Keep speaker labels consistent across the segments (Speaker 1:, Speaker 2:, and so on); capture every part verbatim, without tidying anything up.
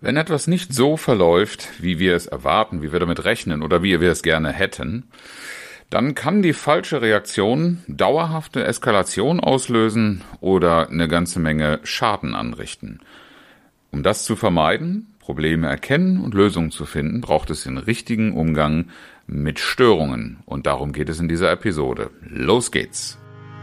Speaker 1: Wenn etwas nicht so verläuft, wie wir es erwarten, wie wir damit rechnen oder wie wir es gerne hätten, dann kann die falsche Reaktion dauerhafte Eskalation auslösen oder eine ganze Menge Schaden anrichten. Um das zu vermeiden, Probleme erkennen und Lösungen zu finden, braucht es den richtigen Umgang mit Störungen. Und darum geht es in dieser Episode. Los geht's!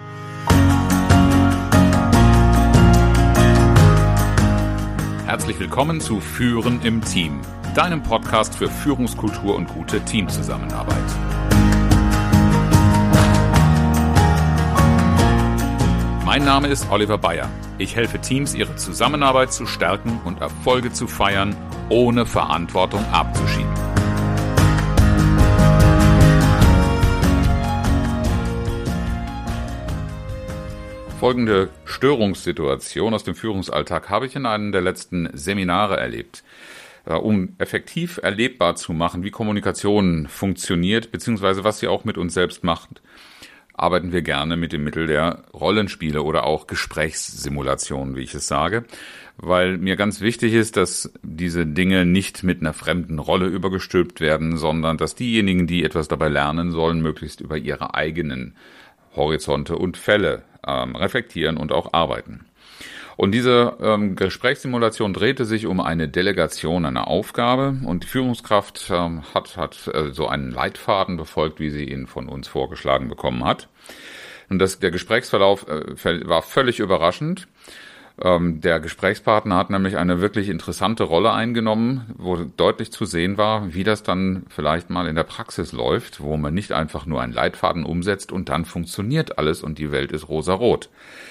Speaker 1: Herzlich willkommen zu Führen im Team, deinem Podcast für Führungskultur und gute Teamzusammenarbeit. Mein Name ist Oliver Bayer. Ich helfe Teams, ihre Zusammenarbeit zu stärken und Erfolge zu feiern, ohne Verantwortung abzuschieben. Folgende Störungssituation aus dem Führungsalltag habe ich in einem der letzten Seminare erlebt. Um effektiv erlebbar zu machen, wie Kommunikation funktioniert, beziehungsweise was sie auch mit uns selbst macht, arbeiten wir gerne mit dem Mittel der Rollenspiele oder auch Gesprächssimulationen, wie ich es sage, weil mir ganz wichtig ist, dass diese Dinge nicht mit einer fremden Rolle übergestülpt werden, sondern dass diejenigen, die etwas dabei lernen sollen, möglichst über ihre eigenen Horizonte und Fälle ähm, reflektieren und auch arbeiten. Und diese ähm, Gesprächssimulation drehte sich um eine Delegation einer Aufgabe und die Führungskraft ähm, hat, hat äh, so einen Leitfaden befolgt, wie sie ihn von uns vorgeschlagen bekommen hat. Und das, der Gesprächsverlauf äh, war völlig überraschend. Ähm, der Gesprächspartner hat nämlich eine wirklich interessante Rolle eingenommen, wo deutlich zu sehen war, wie das dann vielleicht mal in der Praxis läuft, wo man nicht einfach nur einen Leitfaden umsetzt und dann funktioniert alles und die Welt ist rosarot,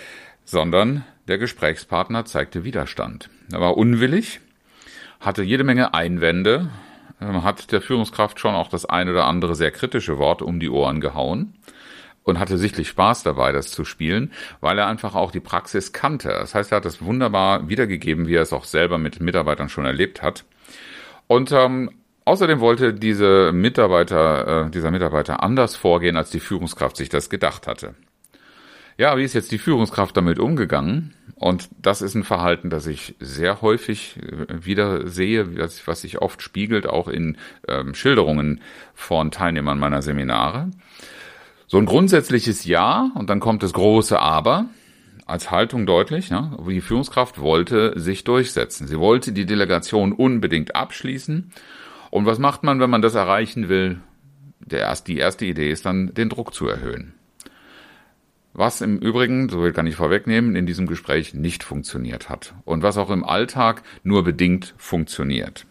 Speaker 1: sondern der Gesprächspartner zeigte Widerstand. Er war unwillig, hatte jede Menge Einwände, hat der Führungskraft schon auch das ein oder andere sehr kritische Wort um die Ohren gehauen und hatte sichtlich Spaß dabei, das zu spielen, weil er einfach auch die Praxis kannte. Das heißt, er hat es wunderbar wiedergegeben, wie er es auch selber mit Mitarbeitern schon erlebt hat. Und ähm, außerdem wollte diese Mitarbeiter, äh, dieser Mitarbeiter anders vorgehen, als die Führungskraft sich das gedacht hatte. Ja, wie ist jetzt die Führungskraft damit umgegangen? Und das ist ein Verhalten, das ich sehr häufig wieder sehe, was sich oft spiegelt, auch in ähm, Schilderungen von Teilnehmern meiner Seminare. So ein grundsätzliches Ja und dann kommt das große Aber als Haltung deutlich. Ja? Die Führungskraft wollte sich durchsetzen. Sie wollte die Delegation unbedingt abschließen. Und was macht man, wenn man das erreichen will? Der erst, die erste Idee ist dann, den Druck zu erhöhen. Was im Übrigen, so viel kann ich vorwegnehmen, in diesem Gespräch nicht funktioniert hat. Und was auch im Alltag nur bedingt funktioniert.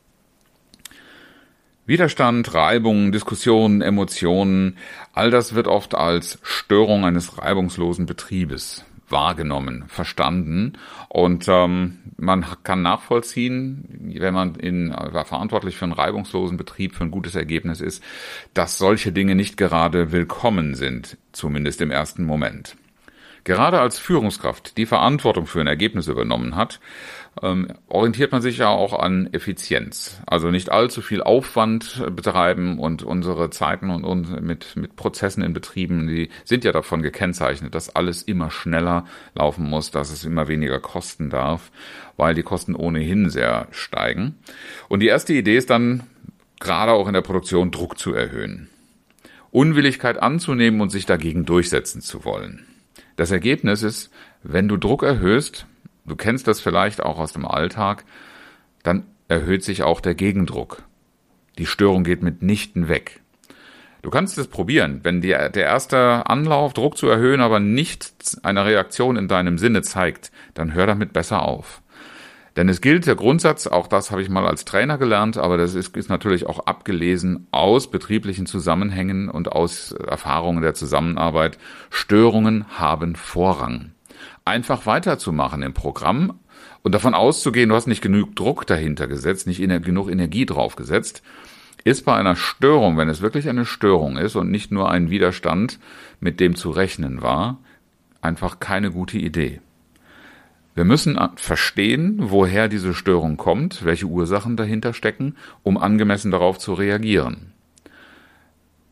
Speaker 1: Widerstand, Reibung, Diskussionen, Emotionen, all das wird oft als Störung eines reibungslosen Betriebes wahrgenommen, verstanden. Und ähm, man kann nachvollziehen, wenn man in, war verantwortlich für einen reibungslosen Betrieb, für ein gutes Ergebnis ist, dass solche Dinge nicht gerade willkommen sind, zumindest im ersten Moment. Gerade als Führungskraft, die Verantwortung für ein Ergebnis übernommen hat, ähm, orientiert man sich ja auch an Effizienz. Also nicht allzu viel Aufwand betreiben und unsere Zeiten und, und mit, mit Prozessen in Betrieben, die sind ja davon gekennzeichnet, dass alles immer schneller laufen muss, dass es immer weniger kosten darf, weil die Kosten ohnehin sehr steigen. Und die erste Idee ist dann, gerade auch in der Produktion, Druck zu erhöhen. Unwilligkeit anzunehmen und sich dagegen durchsetzen zu wollen. Das Ergebnis ist, wenn du Druck erhöhst, du kennst das vielleicht auch aus dem Alltag, dann erhöht sich auch der Gegendruck. Die Störung geht mitnichten weg. Du kannst es probieren, wenn dir der erste Anlauf, Druck zu erhöhen, aber nicht eine Reaktion in deinem Sinne zeigt, dann hör damit besser auf. Denn es gilt der Grundsatz, auch das habe ich mal als Trainer gelernt, aber das ist, ist natürlich auch abgelesen aus betrieblichen Zusammenhängen und aus Erfahrungen der Zusammenarbeit. Störungen haben Vorrang. Einfach weiterzumachen im Programm und davon auszugehen, du hast nicht genug Druck dahinter gesetzt, nicht genug Energie drauf gesetzt, ist bei einer Störung, wenn es wirklich eine Störung ist und nicht nur ein Widerstand, mit dem zu rechnen war, einfach keine gute Idee. Wir müssen verstehen, woher diese Störung kommt, welche Ursachen dahinter stecken, um angemessen darauf zu reagieren.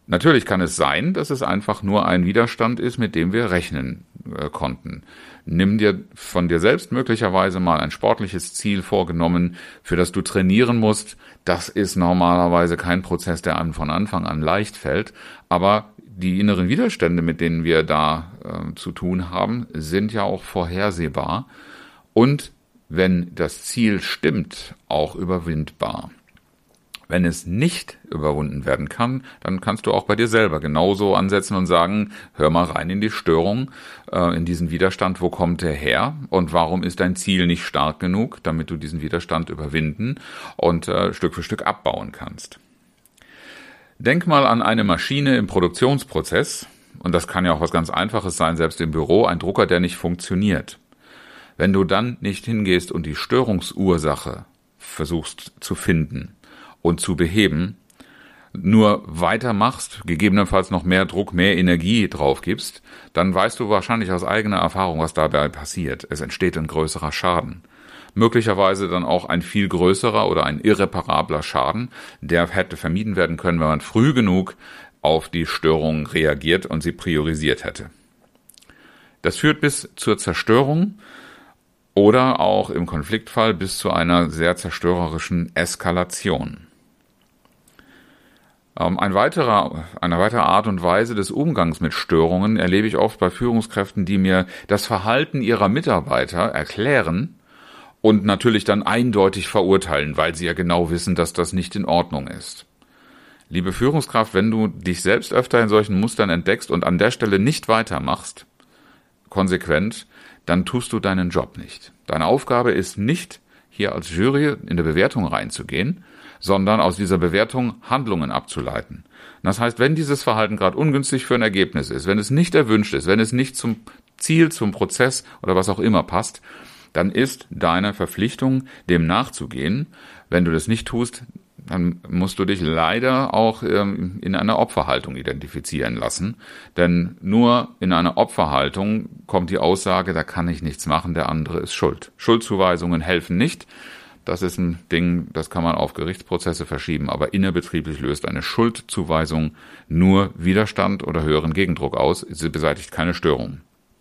Speaker 1: Natürlich kann es sein, dass es einfach nur ein Widerstand ist, mit dem wir rechnen äh, konnten. Nimm dir von dir selbst möglicherweise mal ein sportliches Ziel vorgenommen, für das du trainieren musst. Das ist normalerweise kein Prozess, der einem von Anfang an leicht fällt, aber die inneren Widerstände, mit denen wir da äh, zu tun haben, sind ja auch vorhersehbar und, wenn das Ziel stimmt, auch überwindbar. Wenn es nicht überwunden werden kann, dann kannst du auch bei dir selber genauso ansetzen und sagen, hör mal rein in die Störung, äh, in diesen Widerstand, wo kommt der her und warum ist dein Ziel nicht stark genug, damit du diesen Widerstand überwinden und äh, Stück für Stück abbauen kannst. Denk mal an eine Maschine im Produktionsprozess, und das kann ja auch was ganz Einfaches sein, selbst im Büro, ein Drucker, der nicht funktioniert. Wenn du dann nicht hingehst und die Störungsursache versuchst zu finden und zu beheben, nur weitermachst, gegebenenfalls noch mehr Druck, mehr Energie drauf gibst, dann weißt du wahrscheinlich aus eigener Erfahrung, was dabei passiert. Es entsteht ein größerer Schaden. Möglicherweise dann auch ein viel größerer oder ein irreparabler Schaden, der hätte vermieden werden können, wenn man früh genug auf die Störung reagiert und sie priorisiert hätte. Das führt bis zur Zerstörung oder auch im Konfliktfall bis zu einer sehr zerstörerischen Eskalation. Ein weiterer, eine weitere Art und Weise des Umgangs mit Störungen erlebe ich oft bei Führungskräften, die mir das Verhalten ihrer Mitarbeiter erklären und natürlich dann eindeutig verurteilen, weil sie ja genau wissen, dass das nicht in Ordnung ist. Liebe Führungskraft, wenn du dich selbst öfter in solchen Mustern entdeckst und an der Stelle nicht weitermachst, konsequent, dann tust du deinen Job nicht. Deine Aufgabe ist nicht, hier als Jury in der Bewertung reinzugehen, sondern aus dieser Bewertung Handlungen abzuleiten. Das heißt, wenn dieses Verhalten gerade ungünstig für ein Ergebnis ist, wenn es nicht erwünscht ist, wenn es nicht zum Ziel, zum Prozess oder was auch immer passt, dann ist deine Verpflichtung, dem nachzugehen. Wenn du das nicht tust, dann musst du dich leider auch ähm, in einer Opferhaltung identifizieren lassen. Denn nur in einer Opferhaltung kommt die Aussage, da kann ich nichts machen, der andere ist schuld. Schuldzuweisungen helfen nicht. Das ist ein Ding, das kann man auf Gerichtsprozesse verschieben, aber innerbetrieblich löst eine Schuldzuweisung nur Widerstand oder höheren Gegendruck aus. Sie beseitigt keine Störung.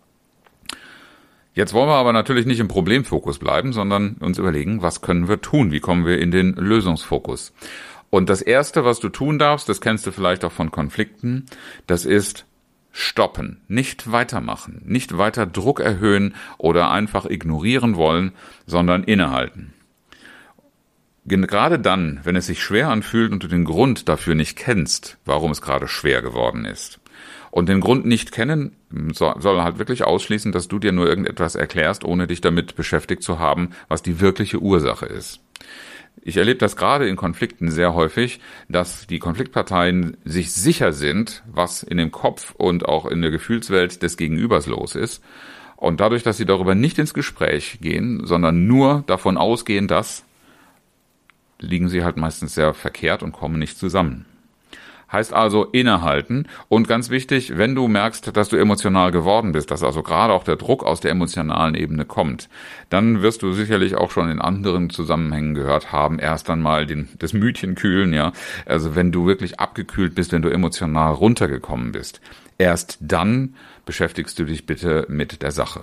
Speaker 1: Jetzt wollen wir aber natürlich nicht im Problemfokus bleiben, sondern uns überlegen, was können wir tun? Wie kommen wir in den Lösungsfokus? Und das Erste, was du tun darfst, das kennst du vielleicht auch von Konflikten, das ist stoppen, nicht weitermachen, nicht weiter Druck erhöhen oder einfach ignorieren wollen, sondern innehalten. Gerade dann, wenn es sich schwer anfühlt und du den Grund dafür nicht kennst, warum es gerade schwer geworden ist. Und den Grund nicht kennen soll halt wirklich ausschließen, dass du dir nur irgendetwas erklärst, ohne dich damit beschäftigt zu haben, was die wirkliche Ursache ist. Ich erlebe das gerade in Konflikten sehr häufig, dass die Konfliktparteien sich sicher sind, was in dem Kopf und auch in der Gefühlswelt des Gegenübers los ist. Und dadurch, dass sie darüber nicht ins Gespräch gehen, sondern nur davon ausgehen, dass, liegen sie halt meistens sehr verkehrt und kommen nicht zusammen. Heißt also innehalten und ganz wichtig, wenn du merkst, dass du emotional geworden bist, dass also gerade auch der Druck aus der emotionalen Ebene kommt, dann wirst du sicherlich auch schon in anderen Zusammenhängen gehört haben, erst einmal den, das Mütchen kühlen, ja. Also wenn du wirklich abgekühlt bist, wenn du emotional runtergekommen bist, erst dann beschäftigst du dich bitte mit der Sache.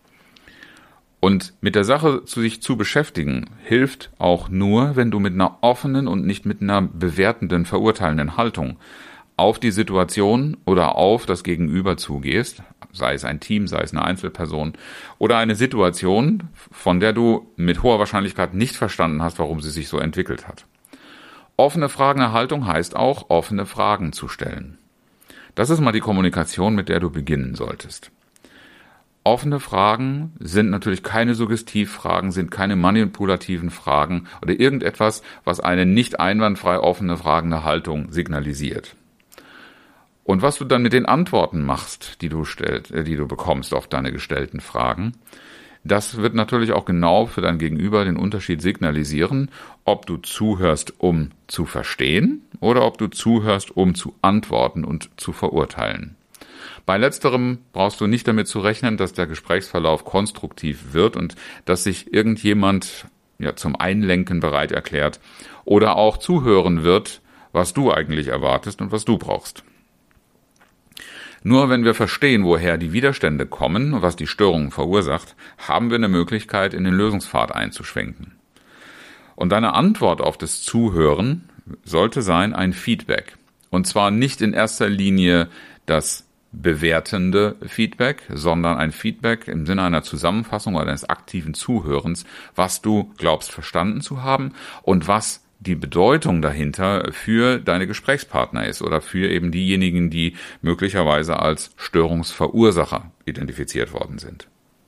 Speaker 1: Und mit der Sache zu sich zu beschäftigen, hilft auch nur, wenn du mit einer offenen und nicht mit einer bewertenden, verurteilenden Haltung auf die Situation oder auf das Gegenüber zugehst, sei es ein Team, sei es eine Einzelperson oder eine Situation, von der du mit hoher Wahrscheinlichkeit nicht verstanden hast, warum sie sich so entwickelt hat. Offene fragende Haltung heißt auch, offene Fragen zu stellen. Das ist mal die Kommunikation, mit der du beginnen solltest. Offene Fragen sind natürlich keine Suggestivfragen, sind keine manipulativen Fragen oder irgendetwas, was eine nicht einwandfrei offene, fragende Haltung signalisiert. Und was du dann mit den Antworten machst, die du stellst, die du bekommst auf deine gestellten Fragen, das wird natürlich auch genau für dein Gegenüber den Unterschied signalisieren, ob du zuhörst, um zu verstehen oder ob du zuhörst, um zu antworten und zu verurteilen. Bei letzterem brauchst du nicht damit zu rechnen, dass der Gesprächsverlauf konstruktiv wird und dass sich irgendjemand ja, zum Einlenken bereit erklärt oder auch zuhören wird, was du eigentlich erwartest und was du brauchst. Nur wenn wir verstehen, woher die Widerstände kommen und was die Störungen verursacht, haben wir eine Möglichkeit, in den Lösungspfad einzuschwenken. Und deine Antwort auf das Zuhören sollte sein ein Feedback. Und zwar nicht in erster Linie das bewertende Feedback, sondern ein Feedback im Sinne einer Zusammenfassung oder eines aktiven Zuhörens, was du glaubst verstanden zu haben und was die Bedeutung dahinter für deine Gesprächspartner ist oder für eben diejenigen, die möglicherweise als Störungsverursacher identifiziert worden sind.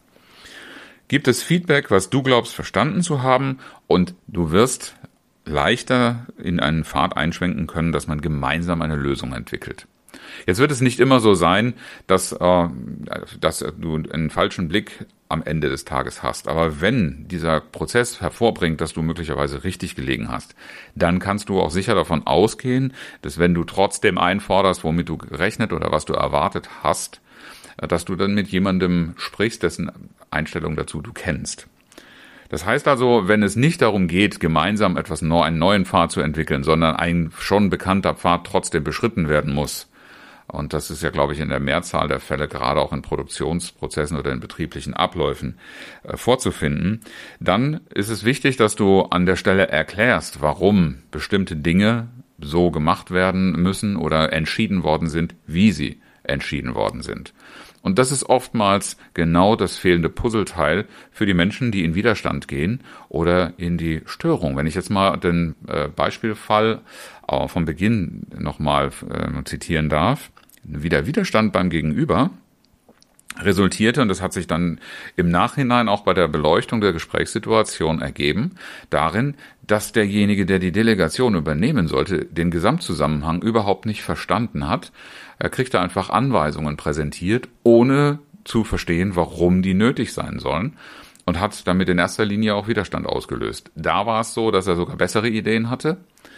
Speaker 1: Gibt es Feedback, was du glaubst verstanden zu haben, und du wirst leichter in einen Pfad einschwenken können, dass man gemeinsam eine Lösung entwickelt. Jetzt wird es nicht immer so sein, dass, äh, dass du einen falschen Blick am Ende des Tages hast. Aber wenn dieser Prozess hervorbringt, dass du möglicherweise richtig gelegen hast, dann kannst du auch sicher davon ausgehen, dass wenn du trotzdem einforderst, womit du gerechnet oder was du erwartet hast, dass du dann mit jemandem sprichst, dessen Einstellung dazu du kennst. Das heißt also, wenn es nicht darum geht, gemeinsam etwas neu, einen neuen Pfad zu entwickeln, sondern ein schon bekannter Pfad trotzdem beschritten werden muss, und das ist ja, glaube ich, in der Mehrzahl der Fälle, gerade auch in Produktionsprozessen oder in betrieblichen Abläufen äh, vorzufinden, dann ist es wichtig, dass du an der Stelle erklärst, warum bestimmte Dinge so gemacht werden müssen oder entschieden worden sind, wie sie entschieden worden sind. Und das ist oftmals genau das fehlende Puzzleteil für die Menschen, die in Widerstand gehen oder in die Störung. Wenn ich jetzt mal den äh, Beispielfall äh, vom Beginn nochmal äh, zitieren darf, wie der Widerstand beim Gegenüber resultierte, und das hat sich dann im Nachhinein auch bei der Beleuchtung der Gesprächssituation ergeben, darin, dass derjenige, der die Delegation übernehmen sollte, den Gesamtzusammenhang überhaupt nicht verstanden hat. Er kriegte einfach Anweisungen präsentiert, ohne zu verstehen, warum die nötig sein sollen, und hat damit in erster Linie auch Widerstand ausgelöst. Da war es so, dass er sogar bessere Ideen hatte.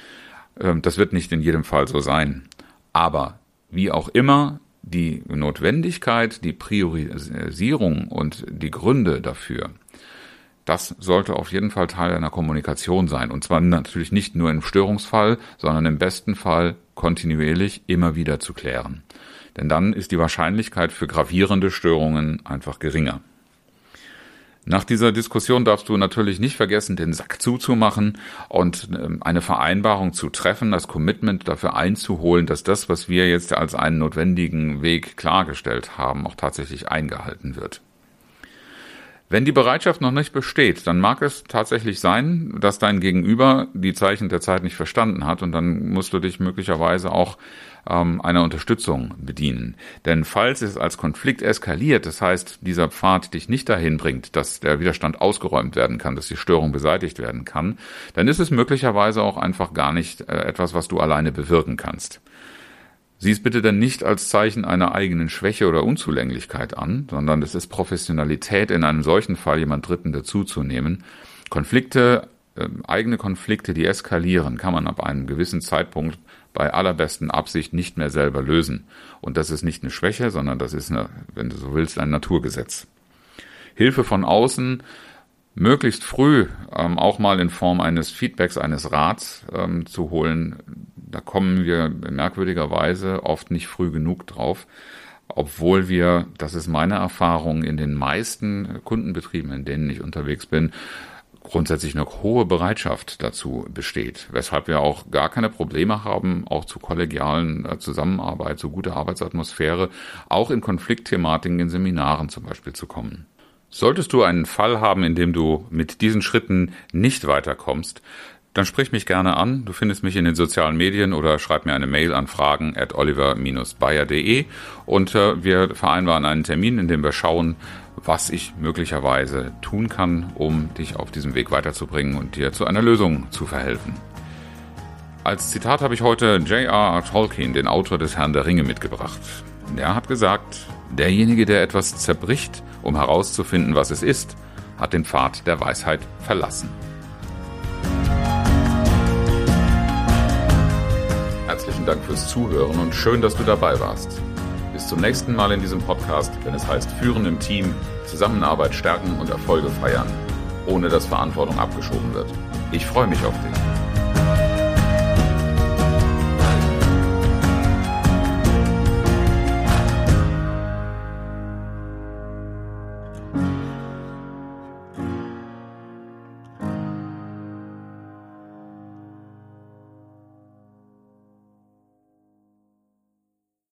Speaker 1: Das wird nicht in jedem Fall so sein. Aber wie auch immer, die Notwendigkeit, die Priorisierung und die Gründe dafür, das sollte auf jeden Fall Teil einer Kommunikation sein. Und zwar natürlich nicht nur im Störungsfall, sondern im besten Fall kontinuierlich immer wieder zu klären. Denn dann ist die Wahrscheinlichkeit für gravierende Störungen einfach geringer. Nach dieser Diskussion darfst du natürlich nicht vergessen, den Sack zuzumachen und eine Vereinbarung zu treffen, das Commitment dafür einzuholen, dass das, was wir jetzt als einen notwendigen Weg klargestellt haben, auch tatsächlich eingehalten wird. Wenn die Bereitschaft noch nicht besteht, dann mag es tatsächlich sein, dass dein Gegenüber die Zeichen der Zeit nicht verstanden hat, und dann musst du dich möglicherweise auch ähm, einer Unterstützung bedienen. Denn falls es als Konflikt eskaliert, das heißt, dieser Pfad dich nicht dahin bringt, dass der Widerstand ausgeräumt werden kann, dass die Störung beseitigt werden kann, dann ist es möglicherweise auch einfach gar nicht äh, etwas, was du alleine bewirken kannst. Sieh es bitte denn nicht als Zeichen einer eigenen Schwäche oder Unzulänglichkeit an, sondern es ist Professionalität, in einem solchen Fall jemand Dritten dazuzunehmen. Konflikte, äh, eigene Konflikte, die eskalieren, kann man ab einem gewissen Zeitpunkt bei allerbesten Absicht nicht mehr selber lösen. Und das ist nicht eine Schwäche, sondern das ist, eine, wenn du so willst, ein Naturgesetz. Hilfe von außen, möglichst früh ähm, auch mal in Form eines Feedbacks, eines Rats ähm, zu holen. Da kommen wir merkwürdigerweise oft nicht früh genug drauf, obwohl wir, das ist meine Erfahrung, in den meisten Kundenbetrieben, in denen ich unterwegs bin, grundsätzlich eine hohe Bereitschaft dazu besteht, weshalb wir auch gar keine Probleme haben, auch zu kollegialen Zusammenarbeit, zu guter Arbeitsatmosphäre, auch in Konfliktthematiken in Seminaren zum Beispiel zu kommen. Solltest du einen Fall haben, in dem du mit diesen Schritten nicht weiterkommst, dann sprich mich gerne an. Du findest mich in den sozialen Medien oder schreib mir eine Mail an fragen at oliver Bindestrich bayer punkt de und äh, wir vereinbaren einen Termin, in dem wir schauen, was ich möglicherweise tun kann, um dich auf diesem Weg weiterzubringen und dir zu einer Lösung zu verhelfen. Als Zitat habe ich heute J R R Tolkien, den Autor des Herrn der Ringe, mitgebracht. Er hat gesagt: Derjenige, der etwas zerbricht, um herauszufinden, was es ist, hat den Pfad der Weisheit verlassen. Herzlichen Dank fürs Zuhören und schön, dass du dabei warst. Bis zum nächsten Mal in diesem Podcast, wenn es heißt Führen im Team, Zusammenarbeit stärken und Erfolge feiern, ohne dass Verantwortung abgeschoben wird. Ich freue mich auf dich.